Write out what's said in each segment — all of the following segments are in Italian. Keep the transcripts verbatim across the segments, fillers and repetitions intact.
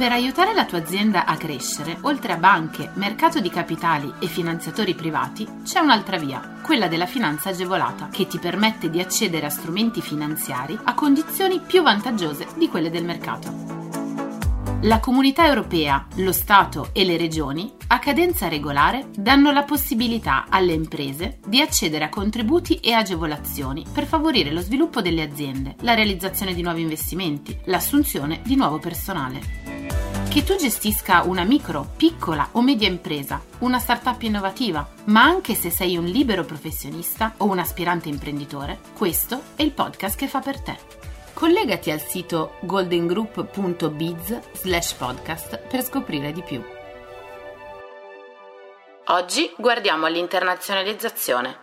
Per aiutare la tua azienda a crescere, oltre a banche, mercato di capitali e finanziatori privati, c'è un'altra via, quella della finanza agevolata, che ti permette di accedere a strumenti finanziari a condizioni più vantaggiose di quelle del mercato. La Comunità Europea, lo Stato e le Regioni, a cadenza regolare, danno la possibilità alle imprese di accedere a contributi e agevolazioni per favorire lo sviluppo delle aziende, la realizzazione di nuovi investimenti, l'assunzione di nuovo personale. Che tu gestisca una micro, piccola o media impresa, una startup innovativa, ma anche se sei un libero professionista o un aspirante imprenditore, questo è il podcast che fa per te. Collegati al sito goldengroup punto biz slash podcast per scoprire di più. Oggi guardiamo all'internazionalizzazione.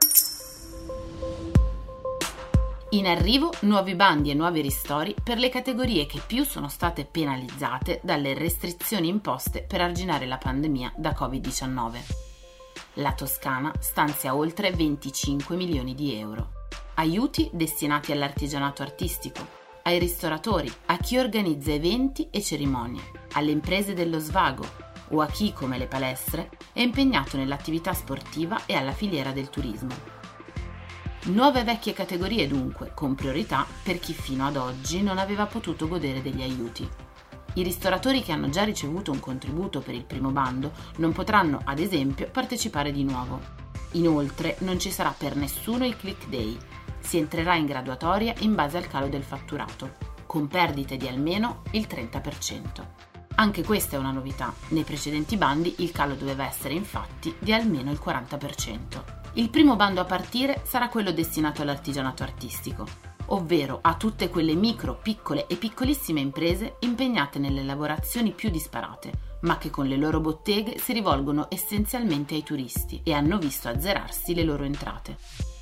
In arrivo nuovi bandi e nuovi ristori per le categorie che più sono state penalizzate dalle restrizioni imposte per arginare la pandemia da covid diciannove. La Toscana stanzia oltre venticinque milioni di euro. Aiuti destinati all'artigianato artistico, ai ristoratori, a chi organizza eventi e cerimonie, alle imprese dello svago o a chi, come le palestre, è impegnato nell'attività sportiva e alla filiera del turismo. Nuove vecchie categorie dunque, con priorità per chi fino ad oggi non aveva potuto godere degli aiuti. I ristoratori che hanno già ricevuto un contributo per il primo bando non potranno, ad esempio, partecipare di nuovo. Inoltre non ci sarà per nessuno il click day. Si entrerà in graduatoria in base al calo del fatturato, con perdite di almeno il trenta per cento. Anche questa è una novità. Nei precedenti bandi il calo doveva essere infatti di almeno il quaranta per cento. Il primo bando a partire sarà quello destinato all'artigianato artistico, ovvero a tutte quelle micro, piccole e piccolissime imprese impegnate nelle lavorazioni più disparate, ma che con le loro botteghe si rivolgono essenzialmente ai turisti e hanno visto azzerarsi le loro entrate.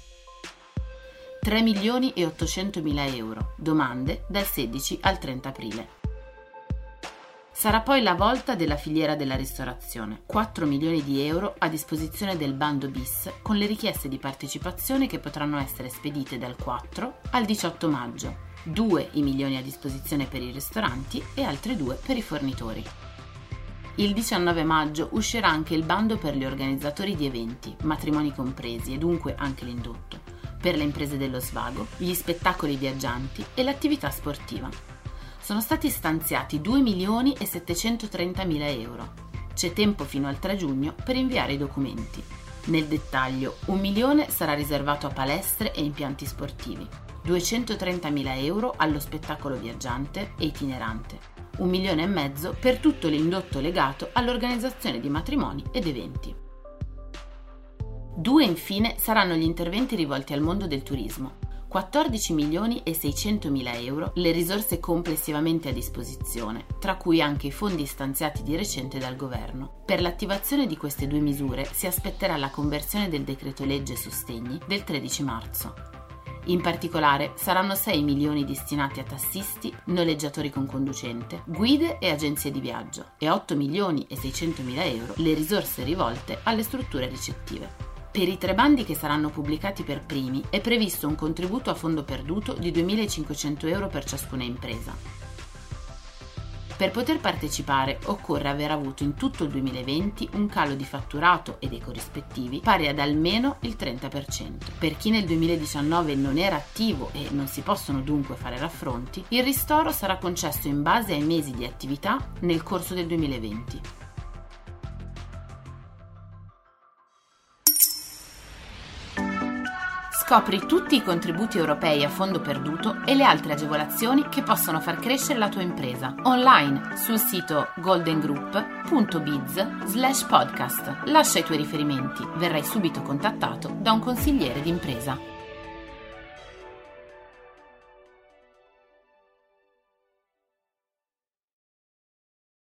tre milioni e ottocentomila euro, domande dal sedici al trenta aprile. Sarà poi la volta della filiera della ristorazione, quattro milioni di euro a disposizione del bando bis con le richieste di partecipazione che potranno essere spedite dal quattro al diciotto maggio, due i milioni a disposizione per i ristoranti e altri due per i fornitori. Il diciannove maggio uscirà anche il bando per gli organizzatori di eventi, matrimoni compresi e dunque anche l'indotto, per le imprese dello svago, gli spettacoli viaggianti e l'attività sportiva. Sono stati stanziati due milioni e settecentotrentamila euro. C'è tempo fino al tre giugno per inviare i documenti. Nel dettaglio, un milione sarà riservato a palestre e impianti sportivi, duecentotrentamila euro allo spettacolo viaggiante e itinerante, un milione e mezzo per tutto l'indotto legato all'organizzazione di matrimoni ed eventi. Due infine saranno gli interventi rivolti al mondo del turismo. quattordici milioni e seicentomila euro le risorse complessivamente a disposizione, tra cui anche i fondi stanziati di recente dal governo. Per l'attivazione di queste due misure si aspetterà la conversione del decreto legge sostegni del tredici marzo. In particolare saranno sei milioni destinati a tassisti, noleggiatori con conducente, guide e agenzie di viaggio e otto milioni e seicentomila euro le risorse rivolte alle strutture ricettive. Per i tre bandi che saranno pubblicati per primi è previsto un contributo a fondo perduto di duemilacinquecento euro per ciascuna impresa. Per poter partecipare occorre aver avuto in tutto il duemilaventi un calo di fatturato e dei corrispettivi pari ad almeno il trenta per cento. Per chi nel duemiladiciannove non era attivo e non si possono dunque fare raffronti, il ristoro sarà concesso in base ai mesi di attività nel corso del duemilaventi. Scopri tutti i contributi europei a fondo perduto e le altre agevolazioni che possono far crescere la tua impresa online sul sito goldengroup punto biz slash podcast. Lascia i tuoi riferimenti, verrai subito contattato da un consigliere d'impresa.